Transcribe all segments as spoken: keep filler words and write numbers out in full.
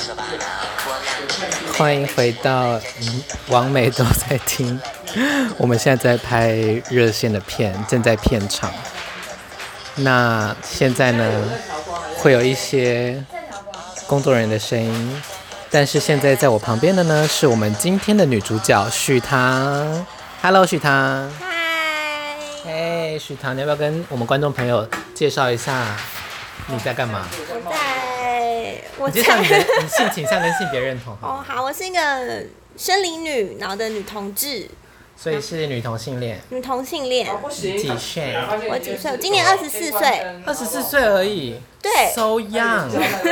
欢迎回到嗯，王美都在听。我们现在在拍热线的片，正在片场。那现在呢，会有一些工作人员的声音，但是现在在我旁边的呢，是我们今天的女主角许唐。Hello， 许唐。 嗨。 嘿，许唐，你要不要跟我们观众朋友介绍一下你在干嘛？ 我在，我你介绍你的你性倾向跟性别认同。 哦，好，我是一个生理女，然后的女同志。 所以是女同性恋。 女同性恋。 几岁？ 我几岁？我今年二十四岁。 二十四岁而已。 对。 So young。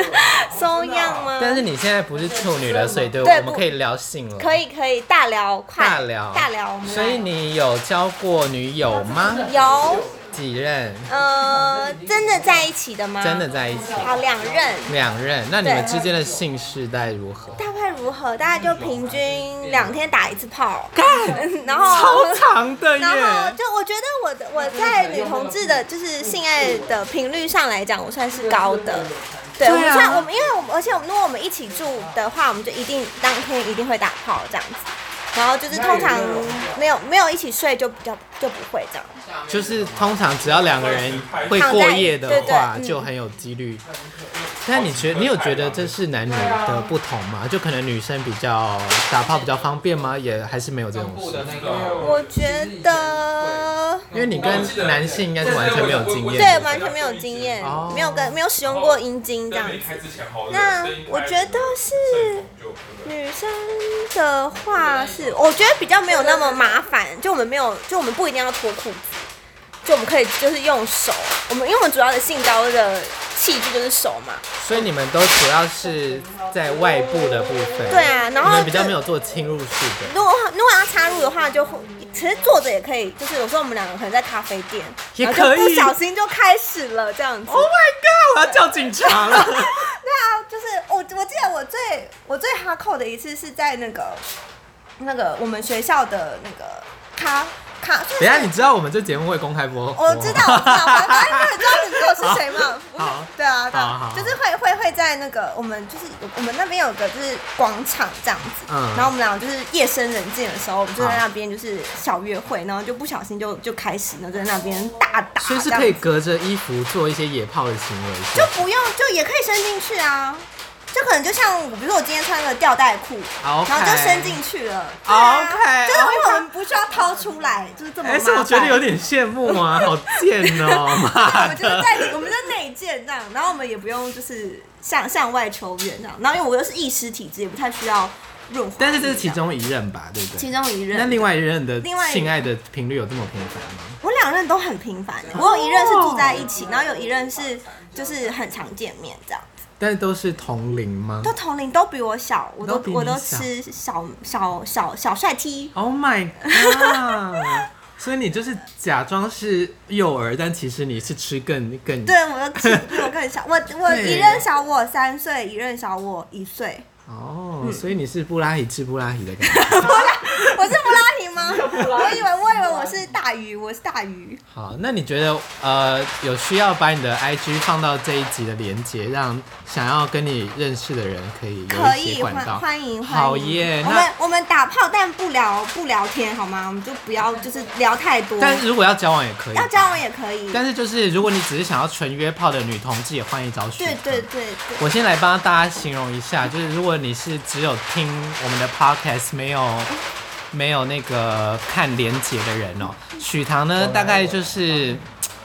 So young 吗？ 但是你现在不是处女了，所以对， 对我们可以聊性了。 可以可以，大聊快。 大聊。 大聊，我们。 所以你有交过女友吗？ 有。 几任？ 呃，真的在一起的吗？ 真的在一起。 好，两任。 两任，那你们之间的性事大概如何？ 大概如何？大概就平均两天打一次炮。 干， 然后超长的耶。 然后就我觉得我的我在女同志的就是性爱的频率上来讲，我算是高的。对，我们算我们，因为我们而且我们如果我们一起住的话，我们就一定当天一定会打炮这样子。然后就是通常没有没有一起睡就比较就不会这样。 就是通常只要两个人会过夜的话，对对就很有几率。但你觉得你有觉得这是男女的不同吗？就可能女生比较打炮比较方便吗？也还是没有这种事？ 我觉得， 因为你跟男性应该是完全没有经验。 对，完全没有经验，哦、没有跟没有使用过阴茎这样子。那我觉得是女生的话是，我觉得比较没有那么麻烦，就我们没有，就我们不一定要脱裤子。就我们可以就是用手，我们因为我们主要的性交的器具就是手嘛， 所以你们都主要是在外部的部分。 对啊，然后你们比较没有做侵入式的。 如果如果要插入的话，就其实坐着也可以，就是有时候我们两个可能在咖啡店， 也可以， 不小心就开始了这样子。 Oh my god！ 我要叫警察了。 对啊，就是我我记得我最我最哈扣的一次是在那个那个我们学校的那个咖。 等一下，你知道我们这节目会公开播？ 我知道，我知道，反正你知道你知道我是谁吗？ 好， 对啊，对啊，就是会会会在那个我们就是我们那边有个就是广场这样子，嗯，然后我们俩就是夜深人静的时候，我们就在那边就是小约会，然后就不小心就就开始，然后就在那边大打， 所以是可以隔着衣服做一些野炮的行为， 就不用就也可以伸进去啊。就可能就像我，比如说我今天穿个吊带裤， okay. 然后就伸进去了。 啊、OK， 就是因为我们不需要掏出来，就是这么麻烦。 哎、欸，我觉得有点羡慕啊，好贱哦！ 我们就是在我们就内建这样，然后我们也不用就是向向外求援这样。然后因为我又是异湿体质，也不太需要润滑。 但是这是其中一任吧，对不对？ 其中一任。 那另外一任的性爱的频率有这么频繁吗？ 我两任都很频繁，我有一任是住在一起，然后有一任是就是很常见面这样。 但是都是同龄吗？ 都同龄，都比我小，我都我都吃小小小小帅 T。 Oh my god！ 所以你就是假装是幼儿，但其实你是吃更更。 对，我吃比我更小，我我一任小我三岁，一任小我一岁。 哦，嗯、所以你是布拉提吃布拉提的感觉。 我是布拉提吗？我以为我以为我是大鱼，我是大鱼。 好，那你觉得呃有需要把你的 I G 放到这一集的连结，让想要跟你认识的人可以有一些管道？ 欢迎欢迎。 好耶！ 我们我们打炮，但不聊不聊天好吗？我们就不要就是聊太多。 但是如果要交往也可以。 要交往也可以。 但是就是如果你只是想要纯约炮的女同志，也欢迎找许。 对对对对。 我先来帮大家形容一下，就是如果你是只有听我们的 podcast 没有没有那个看连结的人哦，许唐呢大概就是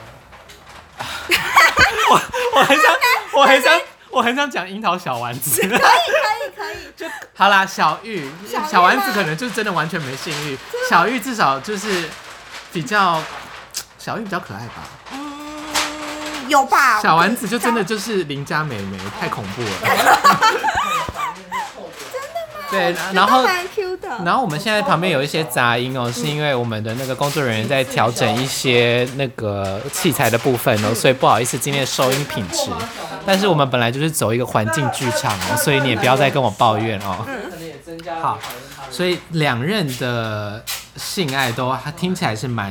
我我很想我很想我很想讲樱桃小丸子， 可以可以可以， 就好啦，小玉小丸子可能就真的完全没性欲，小玉至少就是比较小玉比较可爱吧。 嗯，有吧？ 小丸子就真的就是邻家美眉，太恐怖了。对，然后然后我们现在旁边有一些杂音哦，是因为我们的那个工作人员在调整一些那个器材的部分哦，所以不好意思今天的收音品质。但是我们本来就是走一个环境剧场哦，所以你也不要再跟我抱怨哦。好，所以两任的性爱都听起来是蛮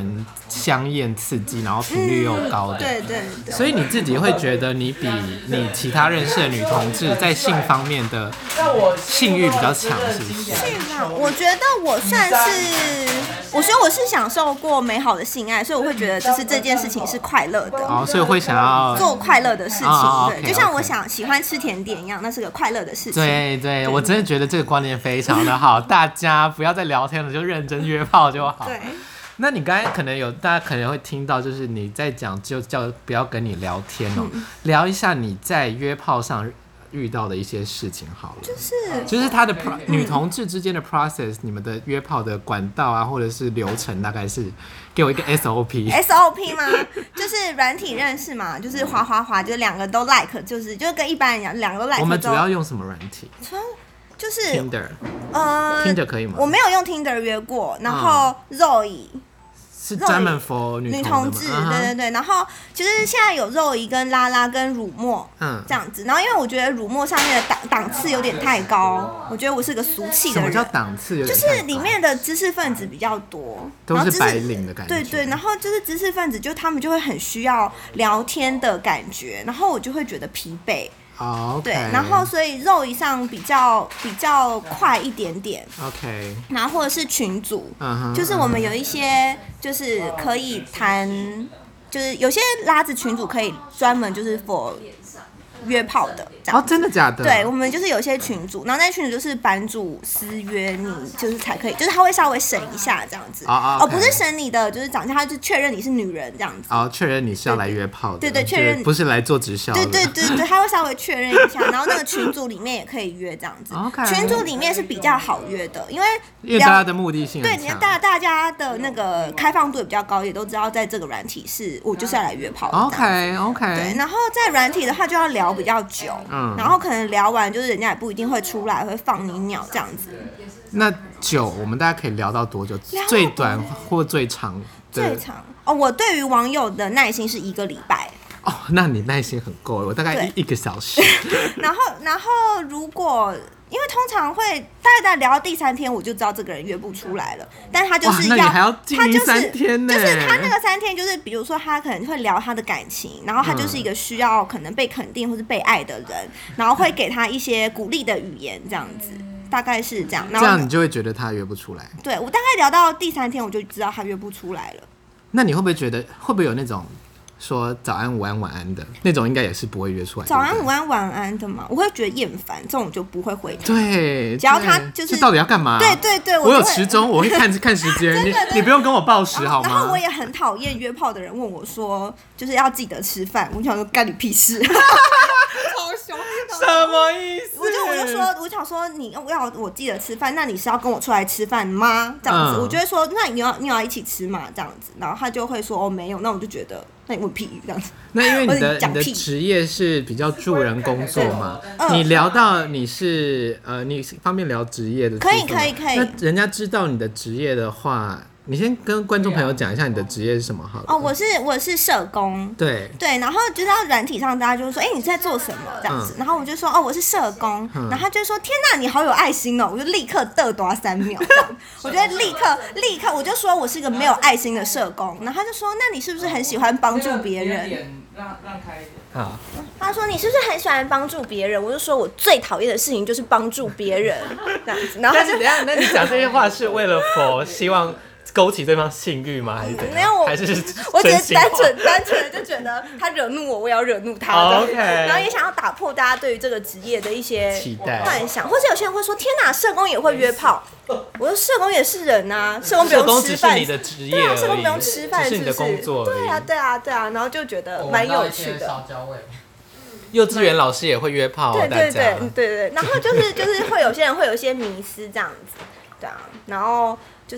香艳刺激，然后频率又高的。 嗯、对对对。 所以你自己会觉得你比你其他认识的女同志在性方面的性欲比较强，是不是？ 性啊，我觉得我算是，我说我是享受过美好的性爱，所以我会觉得就是这件事情是快乐的。 哦，所以会想要做快乐的事情， 哦、 对， okay, 就像我想喜欢吃甜点一样，那是个快乐的事情。 对 对, 对，我真的觉得这个观念非常的好，大家不要再聊天了，就认真约炮就好。 对。 那你刚才可能有，大家可能会听到，就是你在讲，就叫不要跟你聊天哦、喔嗯，聊一下你在约炮上遇到的一些事情好了。就是就是他的、嗯、女同志之间的 process， 你们的约炮的管道啊，或者是流程，大概是给我一个 S O P。S O P 吗？就是软体认识嘛，就是滑滑滑，就是两个都 like， 就是就跟一般人一样，两个都 like。 我们主要用什么软体？ 就是 Tinder。 呃 ，Tinder 可以吗？ 我没有用 Tinder 约过，然后 Zoe。 是专门 for 女同志，对对对，然后其实现在有肉姨跟拉拉跟乳沫，嗯，这样子，然后因为我觉得乳沫上面的档档次有点太高，我觉得我是个俗气的人。 什么叫档次有点太高？ 就是里面的知识分子比较多， 都是白领的感觉。 对对，然后就是知识分子，就他们就会很需要聊天的感觉，然后我就会觉得疲惫。 Oh, okay. 对，然后所以肉一上比较比较快一点点 ，OK， 然后或者是群组， uh-huh, 就是我们有一些就是可以谈，就是有些拉子群组可以专门就是 for 约炮的，这样。 哦，真的假的？ 对，我们就是有些群组，然后那群组就是版主私约你，就是才可以，就是他会稍微审一下这样子。 哦， oh, okay. 哦，不是审你的，就是长相，他就确认你是女人这样子。 哦，确认你是要来约炮的。 对对，确认不是来做直销的。 对对对对，他会稍微确认一下，然后那个群组里面也可以约这样子。 Okay. 群组里面是比较好约的，因为因为大家的目的性很强。对，大大家的那个开放度也比较高，也都知道在这个软体是我就是要来约炮的。 OK OK。 对，然后在软体的话就要聊比较久。嗯，然后可能聊完，就是人家也不一定会出来，会放你鸟这样子。 那久，我们大家可以聊到多久？最短或最长？ 最长哦，我对于网友的耐心是一个礼拜。 哦，那你耐心很够了，我大概 一, 一个小时。 然后，然后如果因为通常会大概聊到第三天，我就知道这个人约不出来了。但他就是要， 那你还要经营三天呢？ 就是他那个三天，就是比如说他可能会聊他的感情，然后他就是一个需要可能被肯定或是被爱的人，然后会给他一些鼓励的语言，这样子，大概是这样。然后这样你就会觉得他约不出来。 对，我大概聊到第三天，我就知道他约不出来了。 那你会不会觉得，会不会有那种？说早安午安晚安的那种应该也是不会约出来。 早安午安晚安的嘛，我会觉得厌烦，这种就不会回答。 对， 只要他就是这到底要干嘛？ 对对对， 我, 我有时钟，我会看看时间。你你不用跟我报时好吗？ 然后我也很讨厌约炮的人问我说，就是要记得吃饭。我想说干你屁事。超凶！ 什么意思？ 我就我就说，我想说你要我记得吃饭，那你是要跟我出来吃饭吗？这样子，嗯、我就会说，那你要你要一起吃嘛？这样子，然后他就会说哦没有，那我就觉得那你问屁语这样子。 那因为你的你的职业是比较助人工作嘛，嗯、你聊到你是呃，你方便聊职业的， 可以可以可以。 那人家知道你的职业的话。你先跟观众朋友讲一下你的职业是什么好了。 哦，我是我是社工。 对对，然后就是到软体上，大家就会说，哎、欸，你在做什么这样子？嗯、然后我就说，哦，我是社工。嗯、然后他就说，天哪，你好有爱心哦！我就立刻嘚多三秒这样，我就立刻立刻我就说我是一个没有爱心的社工。然后他就说，那你是不是很喜欢帮助别人？ 让让开一点。 好。他说你是不是很喜欢帮助别人？我就说我最讨厌的事情就是帮助别人这样子。然后但是等一下，那你讲这些话是为了否希望？勾起对方性欲吗？还是怎样？ 没有， 还是我只是单纯单纯的就觉得他惹怒我，我也要惹怒他。 Oh, OK。 然后也想要打破大家对于这个职业的一些期待、 幻想，或者有些人会说：“天哪，社工也会约炮。”我说：“社工也是人啊，社工不用吃饭。” 社工只是你的职业， 对啊，社工不用吃饭， 是你的工作。 对啊，对啊，对啊，然后就觉得蛮有趣的。 幼稚园老师也会约炮、 哦，对对对对对。然后就是就是会有些人会有一些迷思这样子，对啊，然后。就是，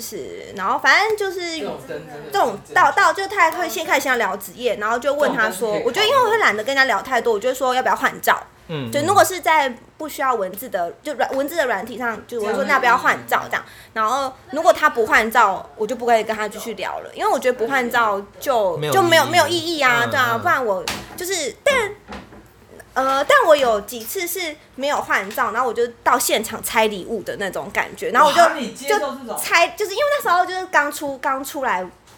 然后反正就是这种到到，就他会先开始先聊职业，然后就问他说，我觉得因为我会懒得跟人家聊太多，我就说要不要换照？嗯，就如果是在不需要文字的，就软文字的软体上，就我说那要不要换照这样。然后如果他不换照，我就不可以跟他继续聊了，因为我觉得不换照就就没有没有意义啊，对啊，不然我就是但。呃，但我有几次是没有换照，然后我就到现场拆礼物的那种感觉，然后我就就拆，就是因为那时候就是刚出刚出来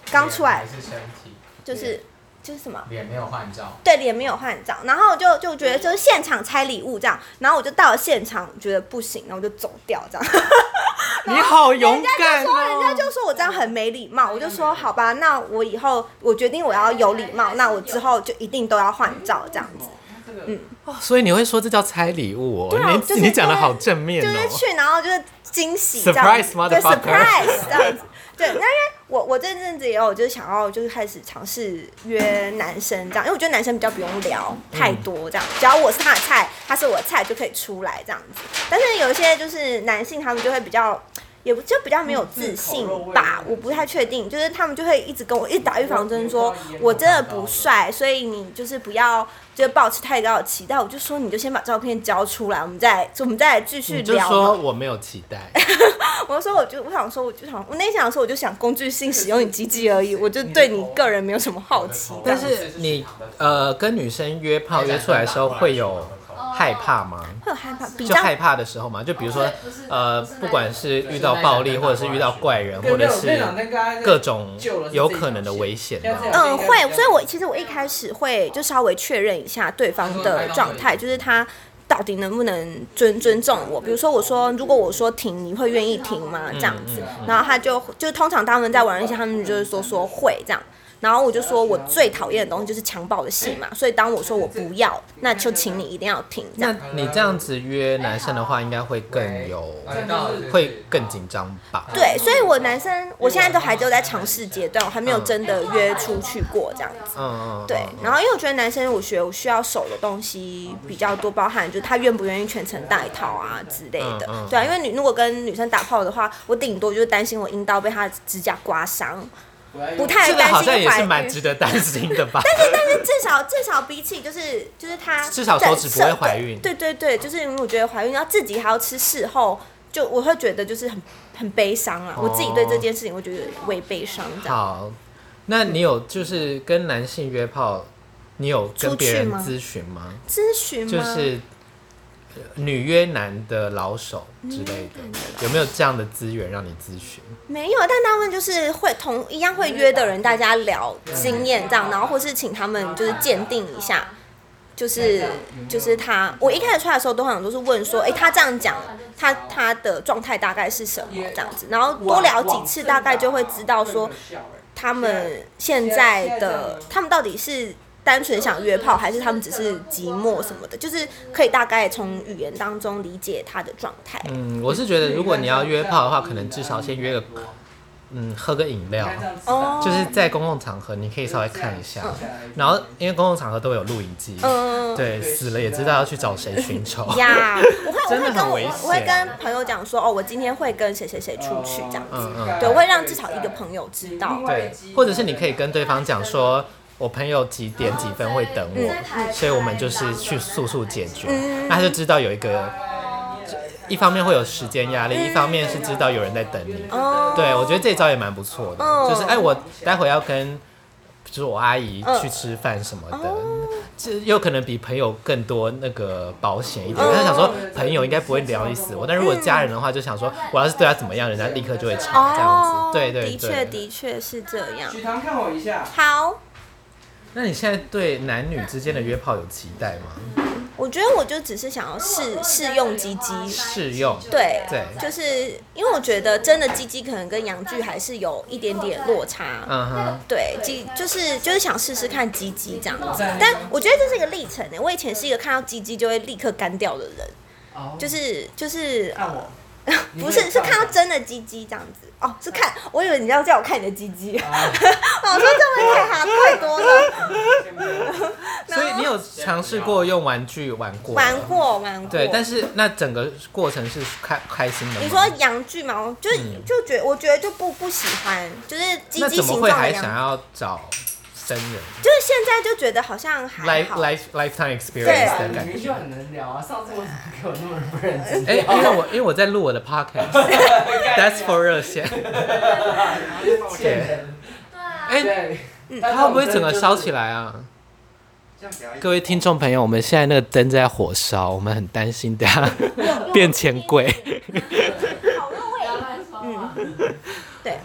刚出来还是身体？ 就是就是什么？ 脸没有换照。 对，脸没有换照，然后我就就觉得就是现场拆礼物这样，然后我就到了现场觉得不行，然后我就走掉这样。 你好勇敢哦！ 人家就说我这样很没礼貌，我就说好吧，那我以后我决定我要有礼貌，那我之后就一定都要换照这样子。嗯， 哦，所以你会说这叫拆礼物哦？ 对啊， 你、 就是、 你讲的好正面哦。 就是去，然后就是惊喜这样子， ，surprise 对 motherfucker， surprise 这样子。对，那因为我我这阵子也有就是想要就是开始尝试约男生这样，因为我觉得男生比较不用聊太多这样，只要我是他的菜，他是我的菜就可以出来这样子。但是有一些就是男性他们就会比较。也不就比较没有自信吧，我不太确定，就是他们就会一直跟我一直打预防针，说我真的不帅，所以你就是不要就抱持太高的期待。我就说你就先把照片交出来，我们再我们再继续聊。 你就说我没有期待。 我就说我就我想说我就想我那天想说我就想工具性使用你鸡鸡而已，我就对你个人没有什么好奇。 但是你呃跟女生约炮约出来的时候会有害怕吗？ 会有害怕，比就害怕的时候嘛，就比如说，呃，不管是遇到暴力，或者是遇到怪人，或者是各种有可能的危险的。 嗯，会，所以我其实我一开始会就稍微确认一下对方的状态，就是他到底能不能尊尊重我。比如说我说，如果我说停，你会愿意停吗？这样子，然后他就就通常他们在玩一些，他们就是说说会这样。然后我就说，我最讨厌的东西就是强暴的戏嘛，所以当我说我不要，那就请你一定要听。 那你这样子约男生的话，应该会更有，会更紧张吧？ 对，所以我男生，我现在都还只有在尝试阶段，我还没有真的约出去过这样子。嗯嗯。对，然后因为我觉得男生，我学我需要手的东西比较多，包含就是他愿不愿意全程带套啊之类的。嗯嗯对啊，因为你如果跟女生打炮的话，我顶多就是担心我阴道被他指甲刮伤。不太担心怀孕，这个好像也是蛮值得担心的吧。 但是但是至少至少比起就是就是他至少手指不会怀孕。 对对对，就是因为我觉得怀孕，然后自己还要吃事后，就我会觉得就是很很悲伤啊。哦、我自己对这件事情会觉得微悲伤。 好，那你有就是跟男性约炮，你有跟别人咨询吗？ 咨询吗？ 就是女约男的老手之类的，嗯、有没有这样的资源让你咨询？ 没有，但他们就是会同一样会约的人，大家聊经验这样，然后或是请他们就是鉴定一下，就是就是他，我一开始出来的时候都好像都是问说，哎、欸，他这样讲，他他的状态大概是什么这样子，然后多聊几次，大概就会知道说他们现在的他们到底是。单纯想约炮，还是他们只是寂寞什么的，就是可以大概从语言当中理解他的状态。 嗯，我是觉得如果你要约炮的话，可能至少先约个，嗯，喝个饮料，哦、就是在公共场合你可以稍微看一下，嗯、然后因为公共场合都有录影机，嗯、对，死了也知道要去找谁寻仇。 呀，我会真的很危险。 我会跟朋友讲说，哦，我今天会跟谁谁谁出去这样子，嗯嗯、对，我会让至少一个朋友知道。 对，或者是你可以跟对方讲说。我朋友几点几分会等我，嗯、所以我们就是去速速解决。嗯、那他就知道有一个，一方面会有时间压力，嗯、一方面是知道有人在等你。哦、对，我觉得这一招也蛮不错的，哦、就是哎，我待会要跟，就是我阿姨去吃饭什么的，哦、这有可能比朋友更多那个保险一点。他、哦、想说朋友应该不会聊你死我，但如果家人的话，就想说我要是对他怎么样，人家立刻就会吵这样子。哦、对对对， 的确的确是这样。 许唐看我一下。 好。 那你现在对男女之间的约炮有期待吗？ 我觉得我就只是想要试试用鸡鸡， 试用， 对对，就是因为我觉得真的鸡鸡可能跟阳具还是有一点点落差，嗯哼，对，鸡就是就是想试试看鸡鸡这样子，但我觉得这是一个历程诶，我以前是一个看到鸡鸡就会立刻干掉的人，就是就是呃。不是，是看到真的鸡鸡这样子哦，是看，我以为你要叫我看你的鸡鸡，我说这会太哈太多了。 所以你有尝试过用玩具玩过？ 玩过，玩过。 对，但是那整个过程是开开心的吗？ 你说阳具吗？就是、嗯、就觉得我觉得就不不喜欢，就是鸡鸡形状的阳具。那怎么会还想要找？真人就是现在就觉得好像还好 life lifetime experience 的感觉， 你就很能聊啊。上次为什么给我那么不认真？ 哎、欸，因为我因为我在录我的 podcast，That's for 热线。对，哎、欸，他会不会整个烧起来啊？各位听众朋友，我们现在那个灯在火烧，我们很担心等下变钱柜。 嗯，对。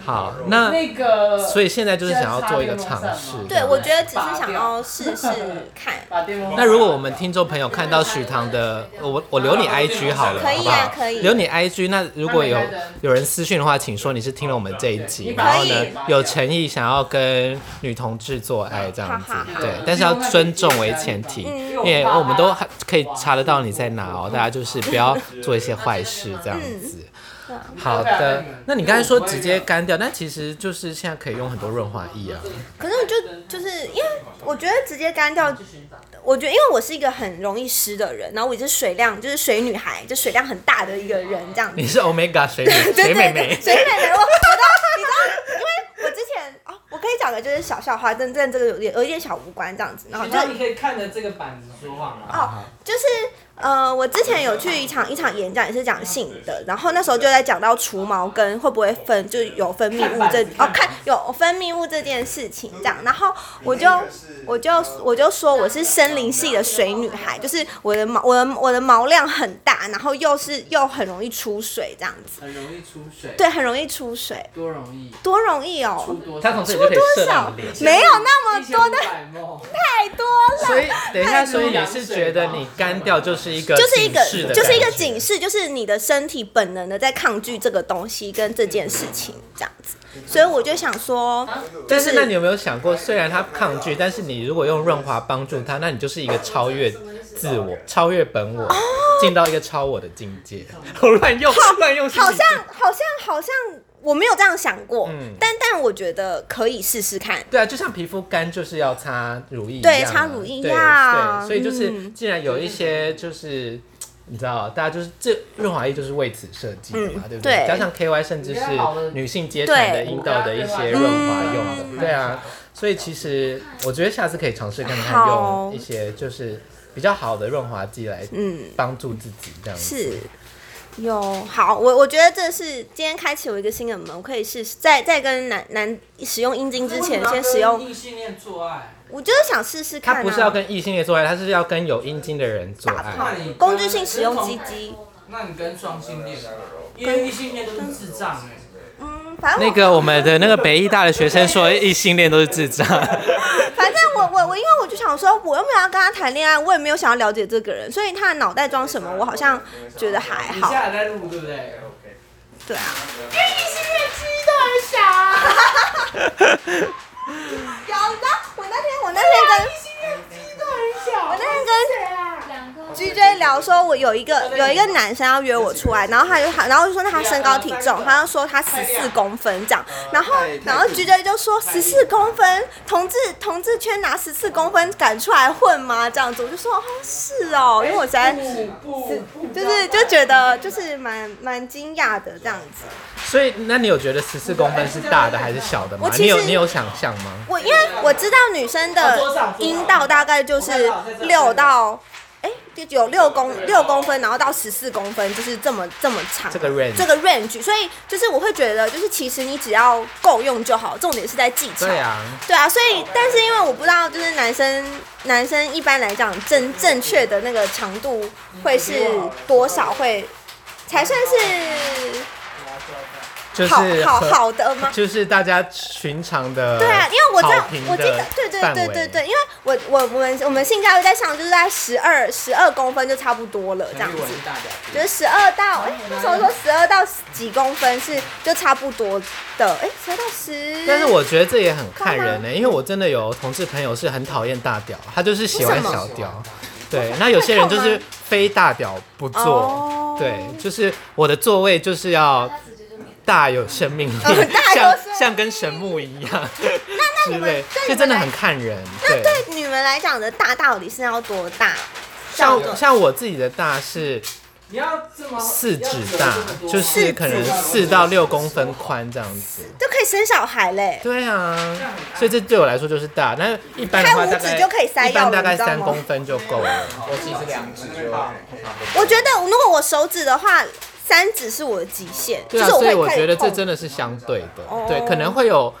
好，那那个， 所以现在就是想要做一个尝试。 对，我觉得只是想要试试看。 那如果我们听众朋友看到许棠的，我我留你 I G 好了， 可以啊， 好不好？ 可以。 留你 I G， 那如果有有人私讯的话，请说你是听了我们这一集，然后呢有诚意想要跟女同志做爱这样子，对，但是要尊重为前提，因为我们都可以查得到你在哪哦，大家就是不要做一些坏事这样子。好的，那你刚才说直接干掉，但其实就是现在可以用很多润滑液啊。 可是我就就是因为我觉得直接干掉，我觉得因为我是一个很容易湿的人，然后我也是水量就是水女孩，就水量很大的一个人这样子。 你是 Omega 水女水妹妹， 水妹妹，我我都你知道，因为我之前哦，我可以讲个就是小笑话，真正这个有点有一点小无关这样子，然后就你可以看着这个板子说话吗？ 哦，就是呃，我之前有去一场一场演讲，也是讲性的，然后那时候就在讲到除毛跟会不会分，就有分泌物这哦看有分泌物这件事情这样，然后我就我就我就说我是森林系的水女孩，就是我的毛我的我的毛量很大，然后又是又很容易出水这样子， 很容易出水， 对，很容易出水， 多容易， 多容易哦， 出多他从这里就可以射到你脸， 没有那么多的， 太多了， 所以等一下，所以你是觉得你干掉就是一个就是一个就是一个警警示，就是你的身体本能的在抗拒这个东西跟这件事情这样子，所以我就想说， 但是那你有没有想过，虽然他抗拒，但是你如果用润滑帮助他，那你就是一个超越自我、超越本我，进到一个超我的境界。我乱用乱用， 好像好像好像我没有这样想过，嗯、但但我觉得可以试试看。 对啊，就像皮肤干就是要擦乳液一样、啊， 对，擦乳液呀。 对，所以就是既然有一些就是。你知道，大家就是这润滑液就是为此设计的嘛，嗯、对不对？对加上 K Y 甚至是女性接产的阴道的一些润滑用的，对, 对啊。所以其实我觉得下次可以尝试看看用一些就是比较好的润滑剂来帮助自己这样子。 是。有好，我我觉得这是今天开启我一个新的门，我可以试试在在跟男男使用阴茎之前，先使用异性恋做爱。 我就是想试试看、啊。 他不是要跟异性恋做爱，他是要跟有阴茎的人做爱。 工具性使用鸡鸡。 那你跟双性恋，因为异性恋都是智障哎、欸。 嗯，反正那个我们的那个北医大的学生说异性恋都是智障。 反正我我我因为我就想说，我又没有要跟他谈恋爱，我也没有想要了解这个人，所以他的脑袋装什么，我好像觉得还好。 你现在还在录对不对？ 对啊。 因为异性恋鸡都很小啊。 有的，我那天我那天跟异性恋鸡都很小，我那天跟 G J 聊说，我有一个有一个男生要约我出来，然后他就然后就说那他身高体重，他就说他十四公分这样，然后然后 G J 就说十四公分，同志同志圈拿十四公分敢出来混吗？这样子，我就说哦是哦，因为我实在就是就觉得就是蛮蛮惊讶的这样子。 所以，那你有觉得十四公分是大的还是小的吗？你有你有想象吗？ 我因为我知道女生的阴道大概就是六到，哎、欸，有六公六公分，然后到十四公分，就是这么这么长。 这个 range， 这个 range， 所以就是我会觉得，就是其实你只要够用就好，重点是在技巧。 对啊， 对啊，所以但是因为我不知道，就是男生男生一般来讲正正确的那个长度会是多少会才算是。 就是好好好的吗？ 就是大家寻常的， 对啊，因为我知道， 我记得，对对对对对，因为我我我们我们性教育在上就是在十二十二公分就差不多了，这样子，就是十二到哎、欸、那时候说十二到几公分是就差不多的，哎十二到十。 但是我觉得这也很看人呢、欸，因为我真的有同事朋友是很讨厌大屌，他就是喜欢小屌。对，那有些人就是非大屌不做，哦、对，就是我的座位就是要。大有生命力， 嗯、 像像跟神木一样之类，所以真的很看人。 那对你们来讲的大到底是要多大？ 像像我自己的大是你要这么四指大，就是可能四到六公分宽这样子， 就可以生小孩嘞。 对啊，所以这对我来说就是大。那一般的话大概就可以塞一般大概三公分就够了。 我其实两指就好。 我觉得如果我手指的话。三指是我的极限， 对啊， 就是我所以我觉得这真的是相对的，哦、对，可能会有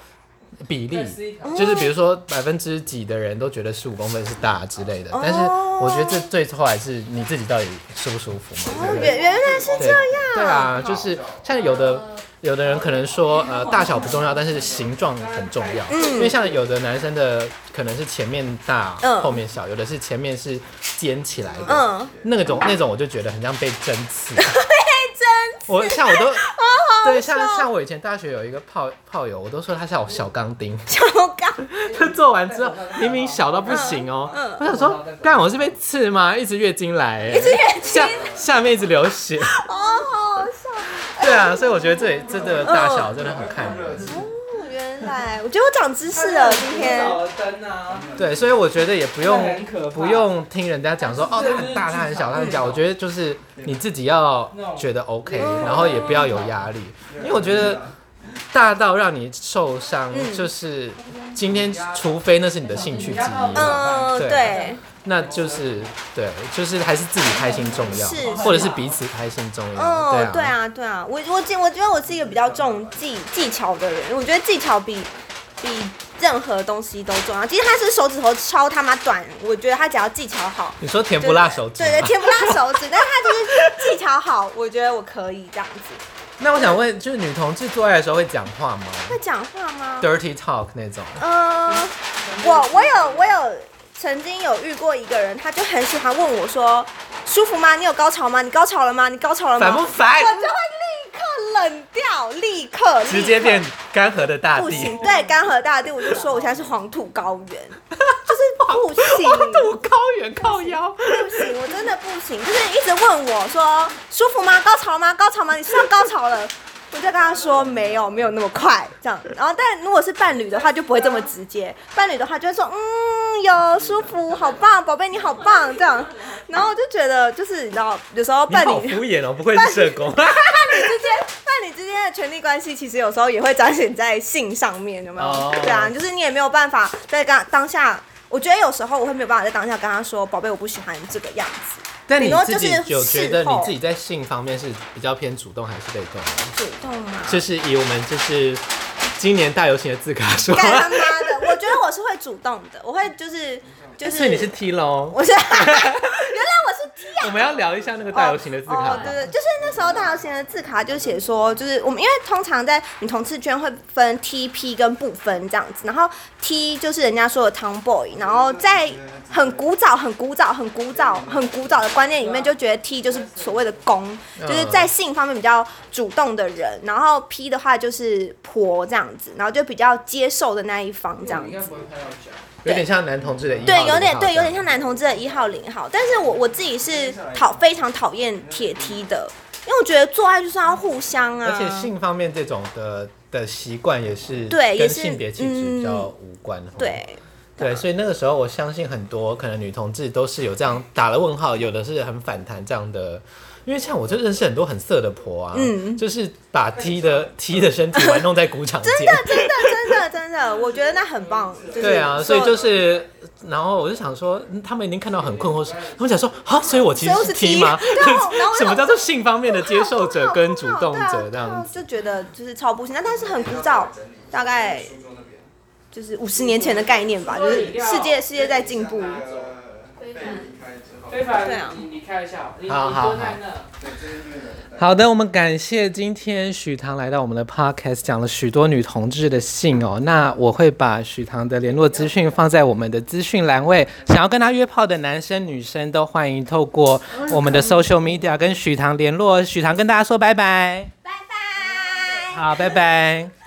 比例，就是比如说百分之几的人都觉得十五公分是大之类的， 哦、 但是我觉得这最后还是你自己到底舒不舒服嘛。 哦，原原来是这样。 对啊，就是像有的有的人可能说，呃，大小不重要，但是形状很重要。嗯，因为像有的男生的可能是前面大，嗯、后面小，有的是前面是尖起来的，嗯，那种那种我就觉得很像被针刺。被针刺。 我像我都。 好对，像像我以前大学有一个炮炮友，我都说他像我小钢钉。 小钢钉。 他做完之后，明明小到不行哦、喔嗯嗯。我想说，干我是被刺吗？一直月经来、欸， 一直月经， 下下面一直流血。 哦，好好笑。 对啊，所以我觉得这里真的大小真的很看人。 哦，原来，我觉得我长知识了今天。 对，所以我觉得也不用不用听人家讲说哦，他很大，他很小，他很小。我觉得就是你自己要觉得 OK， 然后也不要有压力，因为我觉得大到让你受伤，就是今天除非那是你的兴趣之一嘛，对。对那就是对，就是还是自己开心重要，是或者是彼此开心重要。 哦，对啊，对啊，对啊。我我我觉得我是一个比较重技技巧的人，我觉得技巧比比任何东西都重要。其实他是手指头超他妈短，我觉得他只要技巧好。 你说甜不辣手指？ 对对，甜不辣手指，但是他就是技巧好，我觉得我可以这样子。 那我想问，就是女同志做爱的时候会讲话吗？ 会讲话吗 ？Dirty talk 那种。 呃，我我有我有。曾经有遇过一个人，他就很喜欢问我说：“舒服吗？你有高潮吗？你高潮了吗？你高潮了吗？” 烦不烦？ 我就会立刻冷掉，立刻直接变干涸的大地。 不行，对，干涸大地，我就说我现在是黄土高原，就是不行。 黄土高原靠腰， 不行，我真的不行，就是一直问我说：“舒服吗？高潮吗？高潮吗？你是要高潮了？”我就跟他说没有，没有那么快这样。然后，但如果是伴侣的话，就不会这么直接。伴侣的话就会说，嗯，有舒服，好棒，宝贝你好棒这样。然后我就觉得，就是你知道，有时候伴侣你好敷衍哦，不愧是社工。 伴侣之间，伴侣之间的权力关系，其实有时候也会彰显在性上面，有没有？ Oh. 对啊，就是你也没有办法在当当下。我觉得有时候我会没有办法在当下跟他说，宝贝，我不喜欢这个样子。 但你自己有觉得你自己在性方面是比较偏主动还是被动？ 主动吗？ 就是以我们就是今年大游行的字卡说， 干他妈的！我觉得我是会主动的，我会就是就是。 所以你是 T 咯？ 我是，原来我是 T 啊！ 我们要聊一下那个大游行的字卡。 哦，对对，就是那时候大游行的字卡就写说，就是我们因为通常在女同志圈会分 T P 跟不分这样子，然后 T 就是人家说的 Tomboy， 然后在很古早、很古早、很古早、很古早的观念里面，就觉得 T 就是所谓的攻，就是在性方面比较主动的人，然后 P 的话就是婆这样子，然后就比较接受的那一方这样子。 有点像男同志的一号， 对，有点对，有点像男同志的一号、零号。但是我我自己是讨非常讨厌铁梯的，因为我觉得做爱就是要互相啊。 而且性方面这种的的习惯也是对， 跟性别气质比较无关。 嗯、对。 对，所以那个时候我相信很多可能女同志都是有这样打了问号，有的是很反弹这样的。因为像我就认识很多很色的婆啊，嗯，就是把 T 的 T 的身体玩弄在鼓场间， 真的真的真的真的，我觉得那很棒。就是、 对啊，所以就是，然后我就想说，他们一定看到很困惑，他们想说啊，所以我其实是 T 吗？什么叫做性方面的接受者跟主动者这样子？ 就觉得就是超不行，那但是很古早，大概就是五十年前的概念吧，就是世界世界在进步。 非凡，对啊，你开一下，你好好好。好的，我们感谢今天许唐来到我们的 podcast， 讲了许多女同志的性哦。那我会把许唐的联络资讯放在我们的资讯栏位，想要跟他约炮的男生女生都欢迎透过我们的 social media 跟许唐联络。许唐跟大家说拜拜， 拜拜， 好，拜拜。